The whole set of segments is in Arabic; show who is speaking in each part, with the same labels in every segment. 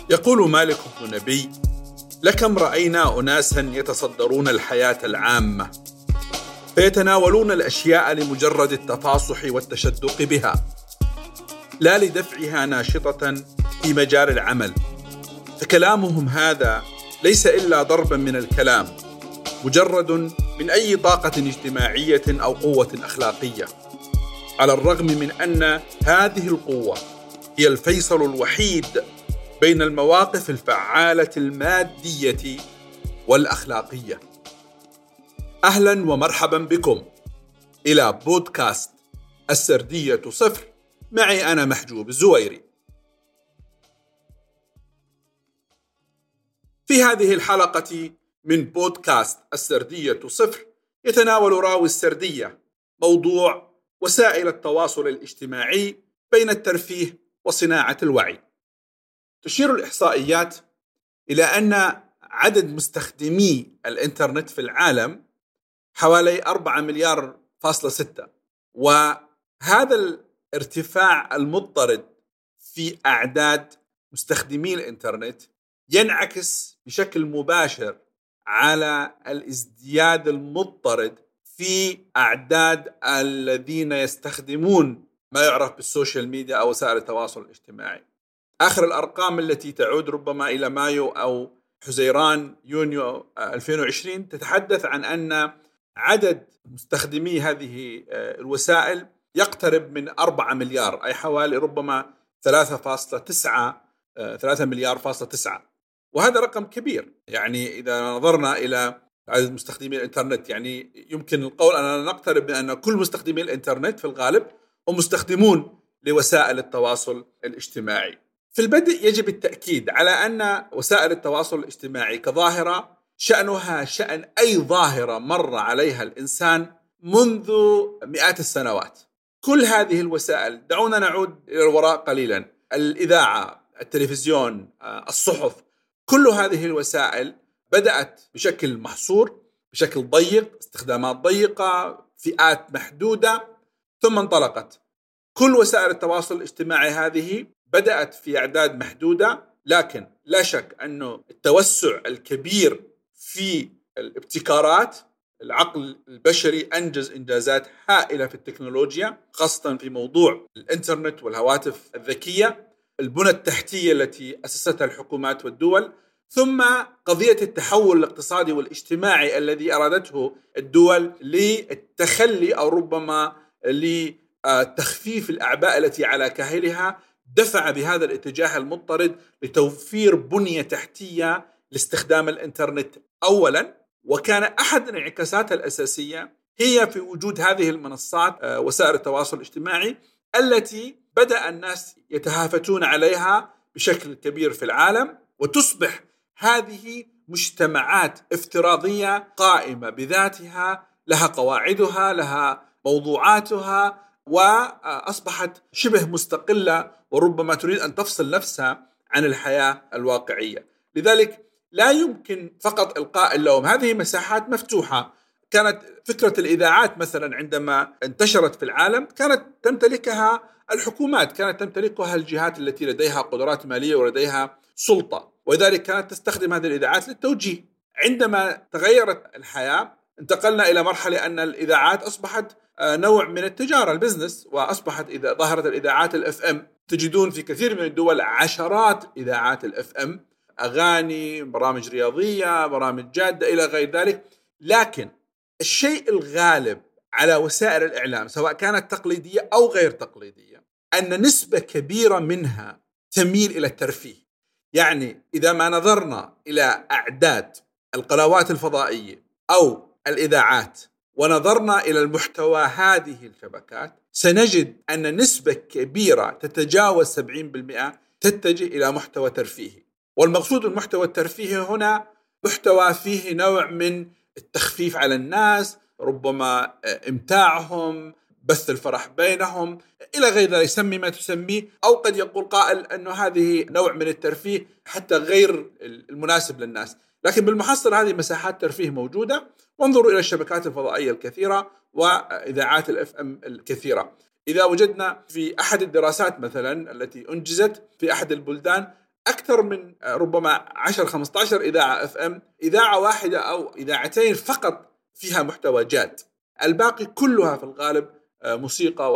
Speaker 1: يقول مالك بن نبي: لكم رأينا أناسا يتصدرون الحياة العامة فيتناولون الأشياء لمجرد التفاصح والتشدق بها، لا لدفعها ناشطة في مجال العمل، فكلامهم هذا ليس إلا ضربا من الكلام، مجرد من أي طاقة اجتماعية أو قوة أخلاقية، على الرغم من أن هذه القوة هي الفيصل الوحيد بين المواقف الفعالة المادية والأخلاقية. أهلا ومرحبا بكم إلى بودكاست السردية صفر، معي أنا محجوب الزويري. في هذه الحلقة من بودكاست السردية صفر يتناول راوي السردية موضوع وسائل التواصل الاجتماعي بين الترفيه وصناعة الوعي. تشير الإحصائيات إلى أن عدد مستخدمي الإنترنت في العالم حوالي 4.6 مليار، وهذا الارتفاع المضطرد في أعداد مستخدمي الإنترنت ينعكس بشكل مباشر على الازدياد المضطرد في أعداد الذين يستخدمون ما يعرف بالسوشيال ميديا أو وسائل التواصل الاجتماعي. آخر الأرقام التي تعود ربما إلى مايو أو حزيران يونيو 2020 تتحدث عن أن عدد مستخدمي هذه الوسائل يقترب من 4 مليار، أي حوالي ربما 3 مليار فاصلة 9. وهذا رقم كبير. يعني إذا نظرنا إلى عدد مستخدمي الإنترنت، يعني يمكن القول أننا نقترب من أن كل مستخدمي الإنترنت في الغالب هم مستخدمون لوسائل التواصل الاجتماعي. في البدء يجب التأكيد على أن وسائل التواصل الاجتماعي كظاهرة شأنها شأن أي ظاهرة مر عليها الإنسان منذ مئات السنوات. كل هذه الوسائل، دعونا نعود إلى الوراء قليلا، الإذاعة، التلفزيون، الصحف، كل هذه الوسائل بدأت بشكل محصور، بشكل ضيق، استخدامات ضيقة، فئات محدودة، ثم انطلقت. كل وسائل التواصل الاجتماعي هذه بدأت في أعداد محدودة، لكن لا شك أنه التوسع الكبير في الابتكارات، العقل البشري أنجز إنجازات هائلة في التكنولوجيا، خاصة في موضوع الإنترنت والهواتف الذكية، البنى التحتية التي أسستها الحكومات والدول، ثم قضية التحول الاقتصادي والاجتماعي الذي أرادته الدول للتخلي أو ربما لتخفيف الأعباء التي على كاهلها، دفع بهذا الاتجاه المضطرد لتوفير بنية تحتية لاستخدام الإنترنت أولا. وكان أحد الانعكاسات الأساسية هي في وجود هذه المنصات، وسائل التواصل الاجتماعي، التي بدأ الناس يتهافتون عليها بشكل كبير في العالم، وتصبح هذه مجتمعات افتراضية قائمة بذاتها، لها قواعدها، لها موضوعاتها، وأصبحت شبه مستقلة وربما تريد أن تفصل نفسها عن الحياة الواقعية. لذلك لا يمكن فقط إلقاء اللوم، هذه مساحات مفتوحة. كانت فكرة الإذاعات مثلا عندما انتشرت في العالم كانت تمتلكها الحكومات، كانت تمتلكها الجهات التي لديها قدرات مالية ولديها سلطة، ولذلك كانت تستخدم هذه الإذاعات للتوجيه. عندما تغيرت الحياة انتقلنا إلى مرحلة أن الإذاعات أصبحت نوع من التجارة، البزنس، وأصبحت إذا ظهرت الإذاعات الأف أم، تجدون في كثير من الدول عشرات إذاعات الأف أم، أغاني، برامج رياضية، برامج جادة إلى غير ذلك. لكن الشيء الغالب على وسائل الإعلام سواء كانت تقليدية أو غير تقليدية أن نسبة كبيرة منها تميل إلى الترفيه. يعني إذا ما نظرنا إلى أعداد القنوات الفضائية أو الإذاعات ونظرنا إلى المحتوى هذه الشبكات، سنجد أن نسبة كبيرة تتجاوز 70% تتجه إلى محتوى ترفيهي. والمقصود المحتوى الترفيهي هنا محتوى فيه نوع من التخفيف على الناس، ربما إمتاعهم، بث الفرح بينهم إلى غير ذلك، يسمي ما تسميه، أو قد يقول قائل أنه هذه نوع من الترفيه حتى غير المناسب للناس. لكن بالمحصل هذه مساحات ترفيه موجودة. وانظروا إلى الشبكات الفضائية الكثيرة وإذاعات الأف أم الكثيرة. إذا وجدنا في أحد الدراسات مثلا التي أنجزت في أحد البلدان أكثر من ربما 10-15 إذاعة FM، إذاعة واحدة أو إذاعتين فقط فيها محتوى جاد، الباقي كلها في الغالب موسيقى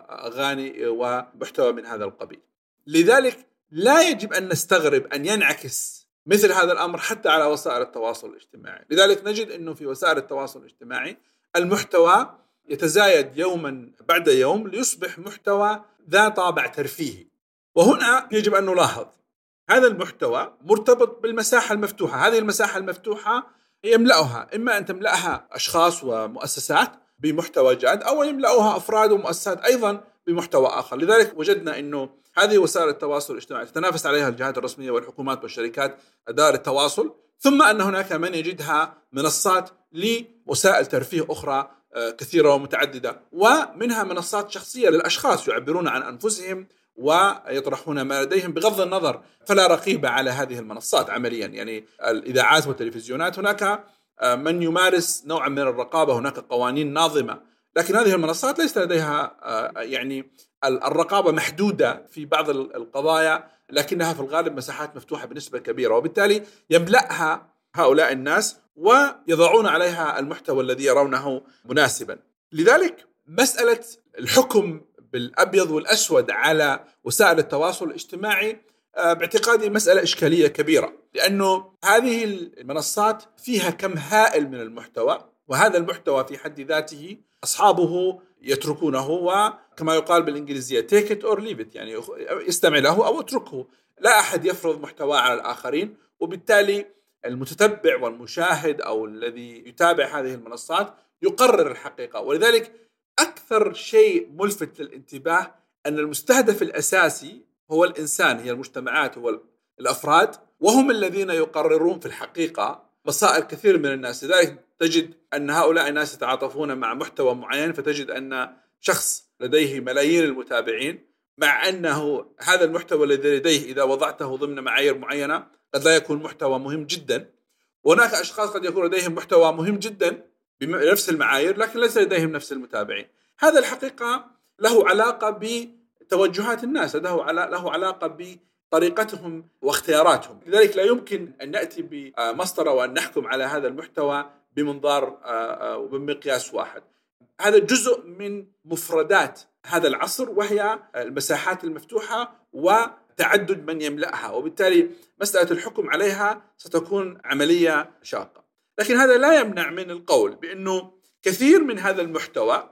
Speaker 1: وأغاني ومحتوى من هذا القبيل. لذلك لا يجب أن نستغرب أن ينعكس مثل هذا الأمر حتى على وسائل التواصل الاجتماعي. لذلك نجد أنه في وسائل التواصل الاجتماعي المحتوى يتزايد يوما بعد يوم ليصبح محتوى ذا طابع ترفيهي. وهنا يجب أن نلاحظ هذا المحتوى مرتبط بالمساحة المفتوحة. هذه المساحة المفتوحة يملأها إما أن تملأها أشخاص ومؤسسات بمحتوى جاد، أو يملأها أفراد ومؤسسات أيضا بمحتوى آخر. لذلك وجدنا أنه هذه وسائل التواصل الاجتماعي تتنافس عليها الجهات الرسمية والحكومات والشركات دار التواصل، ثم أن هناك من يجدها منصات لوسائل ترفيه أخرى كثيرة ومتعددة، ومنها منصات شخصية للأشخاص يعبرون عن أنفسهم ويطرحون ما لديهم بغض النظر. فلا رقيبة على هذه المنصات عمليا، يعني الإذاعات والتلفزيونات هناك من يمارس نوعا من الرقابة، هناك قوانين ناظمة، لكن هذه المنصات ليس لديها يعني الرقابة محدودة في بعض القضايا، لكنها في الغالب مساحات مفتوحة بنسبة كبيرة، وبالتالي يملأها هؤلاء الناس ويضعون عليها المحتوى الذي يرونه مناسبا. لذلك مسألة الحكم بالأبيض والأسود على وسائل التواصل الاجتماعي باعتقادي مسألة إشكالية كبيرة، لأنه هذه المنصات فيها كم هائل من المحتوى، وهذا المحتوى في حد ذاته أصحابه يتركونه، وكما يقال بالإنجليزية take it or leave it، يعني يستمع له أو اتركه. لا أحد يفرض محتوى على الآخرين، وبالتالي المتتبع والمشاهد أو الذي يتابع هذه المنصات يقرر الحقيقة. ولذلك أكثر شيء ملفت للانتباه أن المستهدف الأساسي هو الإنسان، هي المجتمعات، هو الأفراد، وهم الذين يقررون في الحقيقة مصائر كثير من الناس. لذلك تجد أن هؤلاء الناس يتعاطفون مع محتوى معين، فتجد أن شخص لديه ملايين المتابعين، مع أنه هذا المحتوى الذي لديه إذا وضعته ضمن معايير معينة قد لا يكون محتوى مهم جدا. وهناك أشخاص قد يكون لديهم محتوى مهم جدا بنفس المعايير لكن ليس لديهم نفس المتابعين. هذا الحقيقة له علاقة بتوجهات الناس، له علاقة بطريقتهم واختياراتهم. لذلك لا يمكن أن نأتي بمسطرة وأن نحكم على هذا المحتوى بمنظار وبمقياس واحد. هذا جزء من مفردات هذا العصر، وهي المساحات المفتوحة وتعدد من يملأها، وبالتالي مسألة الحكم عليها ستكون عملية شاقة. لكن هذا لا يمنع من القول بأنه كثير من هذا المحتوى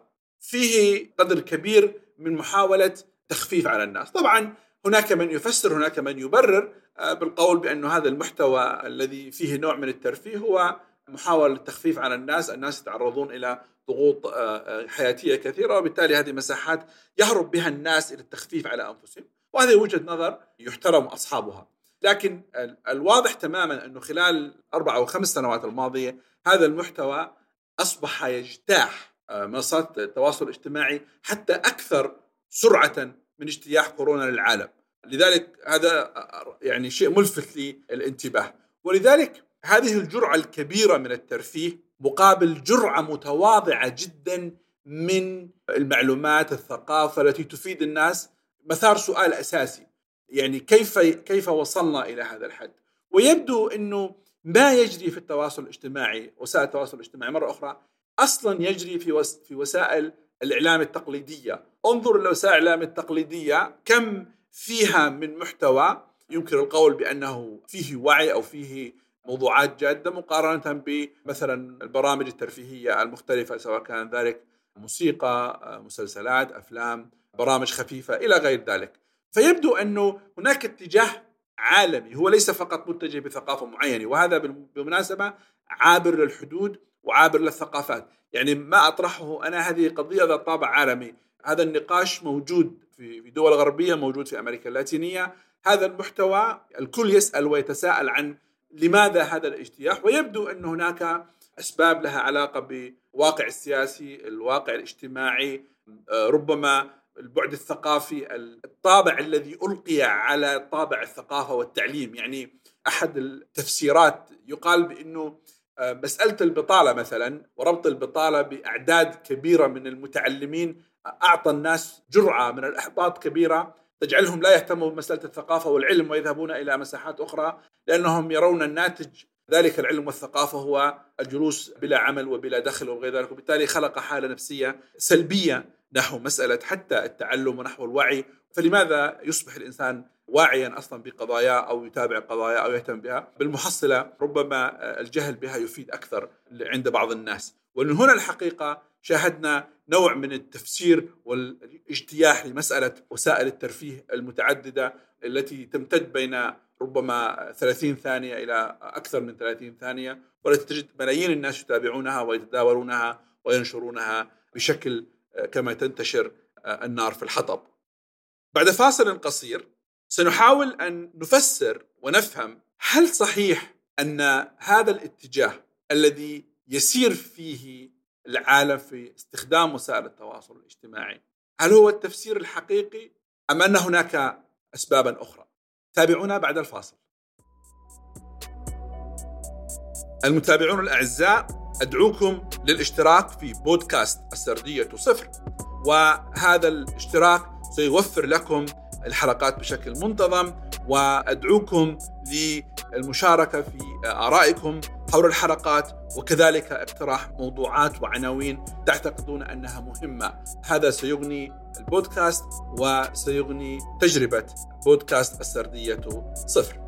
Speaker 1: فيه قدر كبير من محاولة تخفيف على الناس. طبعا هناك من يفسر، هناك من يبرر بالقول بأنه هذا المحتوى الذي فيه نوع من الترفيه هو محاولة التخفيف على الناس يتعرضون إلى ضغوط حياتية كثيرة، وبالتالي هذه مساحات يهرب بها الناس إلى التخفيف على أنفسهم، وهذه وجهة نظر يحترم أصحابها. لكن الواضح تماما أنه خلال 4 أو 5 سنوات الماضية هذا المحتوى أصبح يجتاح منصات التواصل الاجتماعي حتى أكثر سرعة من اجتياح كورونا للعالم. لذلك هذا يعني شيء ملفت للانتباه. ولذلك هذه الجرعة الكبيرة من الترفيه مقابل جرعة متواضعة جدا من المعلومات الثقافة التي تفيد الناس مثار سؤال أساسي، يعني كيف وصلنا إلى هذا الحد؟ ويبدو أنه ما يجري في التواصل الاجتماعي، وسائل التواصل الاجتماعي مرة أخرى أصلا يجري في وسائل الإعلام التقليدية. انظر لوسائل الإعلام التقليدية كم فيها من محتوى يمكن القول بأنه فيه وعي أو فيه موضوعات جادة، مقارنة بمثلا البرامج الترفيهية المختلفة، سواء كان ذلك موسيقى، مسلسلات، أفلام، برامج خفيفة إلى غير ذلك. فيبدو أنه هناك اتجاه عالمي هو ليس فقط متجه بثقافة معينة، وهذا بالمناسبة عابر للحدود وعابر للثقافات. يعني ما أطرحه أنا هذه قضية ذات طابع عالمي، هذا النقاش موجود في دول غربية، موجود في أمريكا اللاتينية. هذا المحتوى الكل يسأل ويتساءل عن لماذا هذا الاجتياح، ويبدو أن هناك أسباب لها علاقة بالواقع السياسي، الواقع الاجتماعي، ربما البعد الثقافي، الطابع الذي ألقي على طابع الثقافة والتعليم. يعني أحد التفسيرات يقال بأنه مسألة البطالة مثلا وربط البطالة بأعداد كبيرة من المتعلمين أعطى الناس جرعة من الإحباط كبيرة، تجعلهم لا يهتموا بمسألة الثقافة والعلم ويذهبون إلى مساحات أخرى، لأنهم يرون الناتج ذلك العلم والثقافة هو الجلوس بلا عمل وبلا دخل وغير ذلك، وبالتالي خلق حالة نفسية سلبية نحو مسألة حتى التعلم ونحو الوعي. فلماذا يصبح الإنسان واعيا أصلا بقضايا أو يتابع قضايا أو يهتم بها؟ بالمحصلة ربما الجهل بها يفيد أكثر عند بعض الناس. ومن هنا الحقيقة شاهدنا نوع من التفسير والاجتياح لمسألة وسائل الترفيه المتعددة التي تمتد بين ربما 30 ثانية إلى أكثر من 30 ثانية، والتي تجد ملايين الناس يتابعونها ويتداولونها وينشرونها بشكل كما تنتشر النار في الحطب. بعد فاصل قصير سنحاول أن نفسر ونفهم هل صحيح أن هذا الاتجاه الذي يسير فيه العالم في استخدام وسائل التواصل الاجتماعي هل هو التفسير الحقيقي أم أن هناك أسبابا أخرى؟ تابعونا بعد الفاصل. المتابعون الأعزاء، أدعوكم للاشتراك في بودكاست السردية صفر، وهذا الاشتراك سيوفر لكم الحلقات بشكل منتظم، وأدعوكم للمشاركة في آرائكم حول الحلقات، وكذلك اقتراح موضوعات وعناوين تعتقدون أنها مهمة. هذا سيغني البودكاست وسيغني تجربة بودكاست السردية صفر.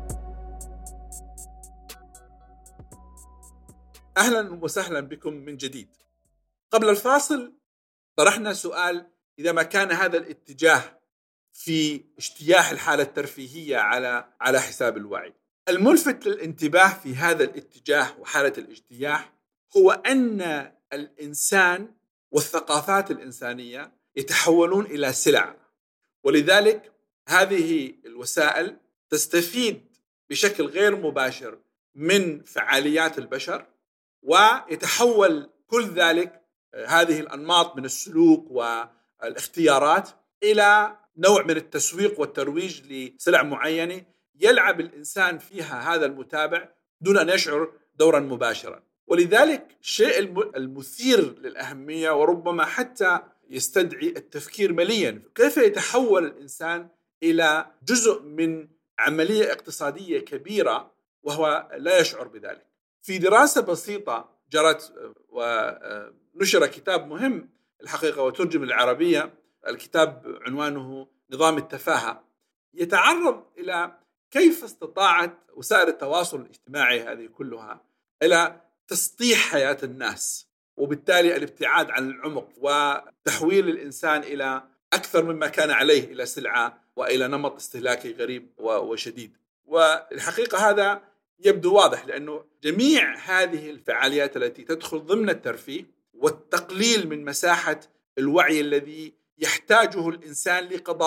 Speaker 1: أهلا وسهلا بكم من جديد. قبل الفاصل طرحنا سؤال: إذا ما كان هذا الاتجاه في اجتياح الحالة الترفيهية على حساب الوعي، الملفت للانتباه في هذا الاتجاه وحالة الاجتياح هو أن الإنسان والثقافات الإنسانية يتحولون إلى سلع، ولذلك هذه الوسائل تستفيد بشكل غير مباشر من فعاليات البشر، ويتحول كل ذلك هذه الأنماط من السلوك والاختيارات إلى نوع من التسويق والترويج لسلع معينة يلعب الإنسان فيها هذا المتابع دون أن يشعر دورا مباشرا. ولذلك الشيء المثير للأهمية وربما حتى يستدعي التفكير مليا: كيف يتحول الإنسان إلى جزء من عملية اقتصادية كبيرة وهو لا يشعر بذلك. في دراسة بسيطة جرت ونشر كتاب مهم الحقيقة وترجم العربية، الكتاب عنوانه نظام التفاهة، يتعرض إلى كيف استطاعت وسائل التواصل الاجتماعي هذه كلها إلى تسطيح حياة الناس، وبالتالي الابتعاد عن العمق وتحويل الإنسان إلى أكثر مما كان عليه، إلى سلعة وإلى نمط استهلاكي غريب وشديد. والحقيقة هذا يبدو واضح، لأنه جميع هذه الفعاليات التي تدخل ضمن الترفيه والتقليل من مساحة الوعي الذي يحتاجه الإنسان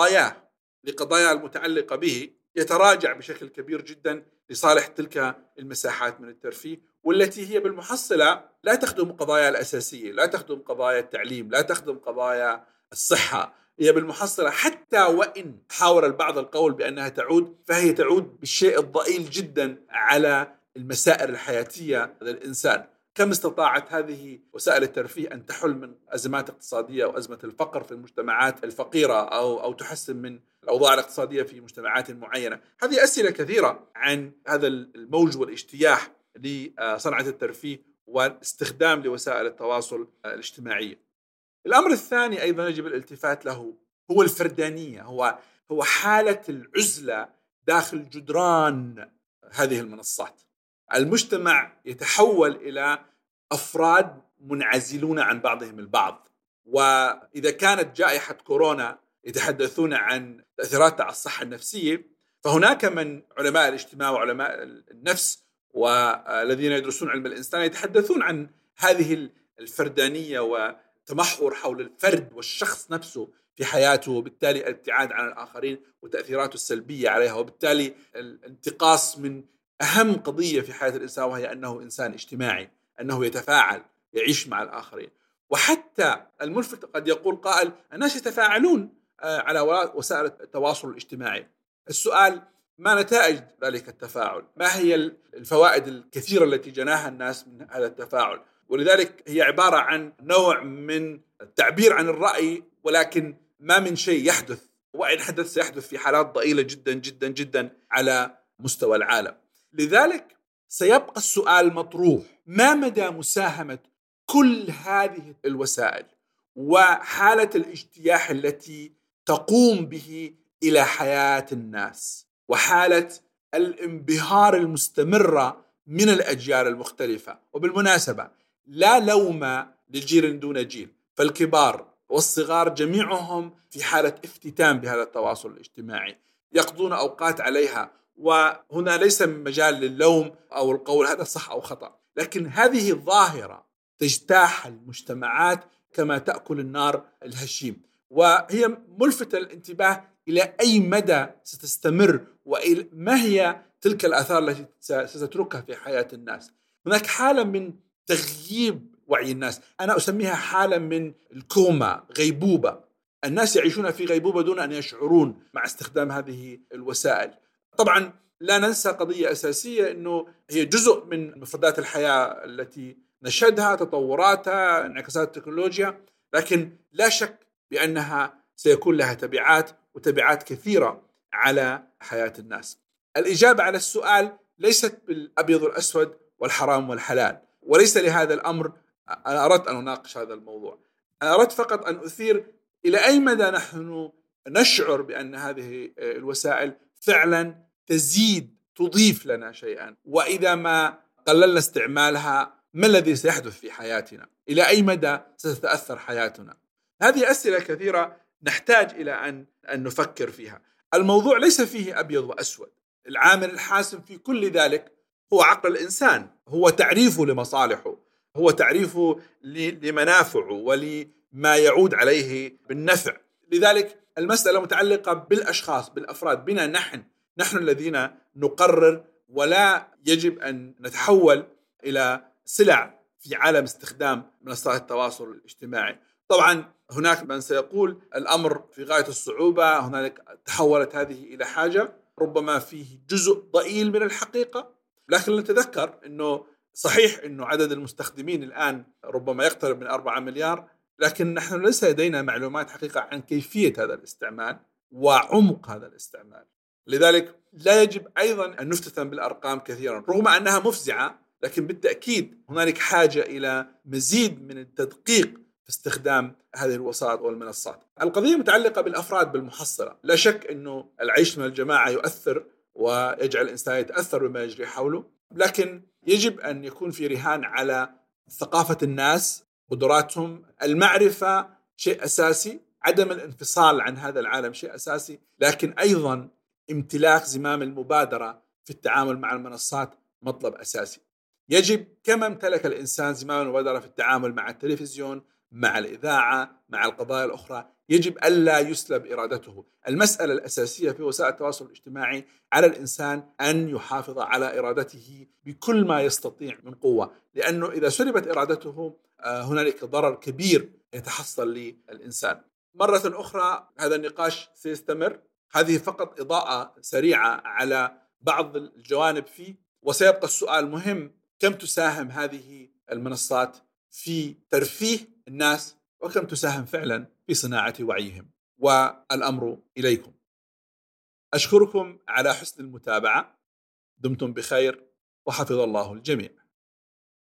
Speaker 1: لقضايا المتعلقة به يتراجع بشكل كبير جدا لصالح تلك المساحات من الترفيه، والتي هي بالمحصلة لا تخدم قضايا الأساسية، لا تخدم قضايا التعليم، لا تخدم قضايا الصحة. هي بالمحصلة حتى وإن حاول البعض القول بأنها تعود، فهي تعود بالشيء الضئيل جدا على المسائل الحياتية للإنسان. كم استطاعت هذه وسائل الترفيه أن تحل من أزمات اقتصادية أو أزمة الفقر في المجتمعات الفقيرة أو تحسن من الأوضاع الاقتصادية في مجتمعات معينة؟ هذه أسئلة كثيرة عن هذا الموج والاجتياح لصنعة الترفيه واستخدام لوسائل التواصل الاجتماعي. الأمر الثاني أيضا يجب الالتفات له هو الفردانية، هو حالة العزلة داخل جدران هذه المنصات. المجتمع يتحول إلى أفراد منعزلون عن بعضهم البعض، وإذا كانت جائحة كورونا يتحدثون عن تأثيراتها على الصحة النفسية، فهناك من علماء الاجتماع وعلماء النفس والذين يدرسون علم الإنسان يتحدثون عن هذه الفردانية وتمحور حول الفرد والشخص نفسه في حياته، وبالتالي الابتعاد عن الآخرين وتأثيراته السلبية عليها، وبالتالي الانتقاص من أهم قضية في حياة الإنسان، وهي أنه إنسان اجتماعي، أنه يتفاعل، يعيش مع الآخرين. وحتى الملفت قد يقول قائل: الناس يتفاعلون على وسائل التواصل الاجتماعي. السؤال: ما نتائج ذلك التفاعل؟ ما هي الفوائد الكثيرة التي جناها الناس من هذا التفاعل؟ ولذلك هي عبارة عن نوع من التعبير عن الرأي، ولكن ما من شيء يحدث وإن حدث سيحدث في حالات ضئيلة جدا جدا جدا على مستوى العالم. لذلك سيبقى السؤال مطروح: ما مدى مساهمة كل هذه الوسائل وحالة الاجتياح التي تقوم به إلى حياة الناس وحالة الانبهار المستمرة من الأجيال المختلفة؟ وبالمناسبة لا لوم للجيل دون جيل، فالكبار والصغار جميعهم في حالة افتتان بهذا التواصل الاجتماعي، يقضون أوقات عليها، وهنا ليس مجال للوم أو القول هذا صح أو خطأ، لكن هذه الظاهرة تجتاح المجتمعات كما تأكل النار الهشيم، وهي ملفتة الانتباه إلى أي مدى ستستمر وما هي تلك الآثار التي ستتركها في حياة الناس. هناك حالة من تغييب وعي الناس، أنا أسميها حالة من الكوما، غيبوبة. الناس يعيشون في غيبوبة دون أن يشعرون مع استخدام هذه الوسائل. طبعا لا ننسى قضية أساسية، أنه هي جزء من مفردات الحياة التي نشهدها، تطوراتها، انعكاسات التكنولوجيا، لكن لا شك بأنها سيكون لها تبعات وتبعات كثيرة على حياة الناس. الإجابة على السؤال ليست بالأبيض والأسود والحرام والحلال، وليس لهذا الأمر أنا أردت أن أناقش هذا الموضوع. أنا أردت فقط أن أثير إلى أي مدى نحن نشعر بأن هذه الوسائل فعلا تضيف لنا شيئا، وإذا ما قللنا استعمالها ما الذي سيحدث في حياتنا؟ إلى أي مدى ستتأثر حياتنا؟ هذه أسئلة كثيرة نحتاج إلى أن نفكر فيها. الموضوع ليس فيه أبيض وأسود، العامل الحاسم في كل ذلك هو عقل الإنسان، هو تعريفه لمصالحه، هو تعريفه لمنافعه ولما يعود عليه بالنفع. لذلك المسألة متعلقة بالأشخاص، بالأفراد، بنا نحن الذين نقرر، ولا يجب أن نتحول إلى سلع في عالم استخدام منصات التواصل الاجتماعي. طبعا هناك من سيقول الأمر في غاية الصعوبة، هنالك تحولت هذه إلى حاجة ربما فيه جزء ضئيل من الحقيقة، لكن نتذكر أنه صحيح أنه عدد المستخدمين الآن ربما يقترب من 4 مليار، لكن نحن ليس لدينا معلومات حقيقة عن كيفية هذا الاستعمال وعمق هذا الاستعمال. لذلك لا يجب أيضا أن نفتتن بالأرقام كثيرا، رغم أنها مفزعة، لكن بالتأكيد هنالك حاجة إلى مزيد من التدقيق في استخدام هذه الوسائط والمنصات. القضية متعلقة بالأفراد بالمحصلة. لا شك أنه العيش من الجماعة يؤثر ويجعل الإنسان يتأثر بما يجري حوله، لكن يجب أن يكون في رهان على ثقافة الناس، قدراتهم، المعرفة شيء أساسي، عدم الانفصال عن هذا العالم شيء أساسي، لكن أيضا امتلاك زمام المبادرة في التعامل مع المنصات مطلب أساسي. يجب كما امتلك الإنسان زمام المبادرة في التعامل مع التلفزيون، مع الإذاعة، مع القضايا الأخرى، يجب ألا يسلب إرادته. المسألة الأساسية في وسائل التواصل الاجتماعي على الإنسان أن يحافظ على إرادته بكل ما يستطيع من قوة، لأنه إذا سلبت إرادته هنالك ضرر كبير يتحصل للإنسان. مرة أخرى هذا النقاش سيستمر، هذه فقط إضاءة سريعة على بعض الجوانب فيه، وسيبقى السؤال مهم: كم تساهم هذه المنصات في ترفيه الناس، وكم تساهم فعلا في صناعة وعيهم؟ والأمر إليكم. أشكركم على حسن المتابعة، دمتم بخير وحفظ الله الجميع.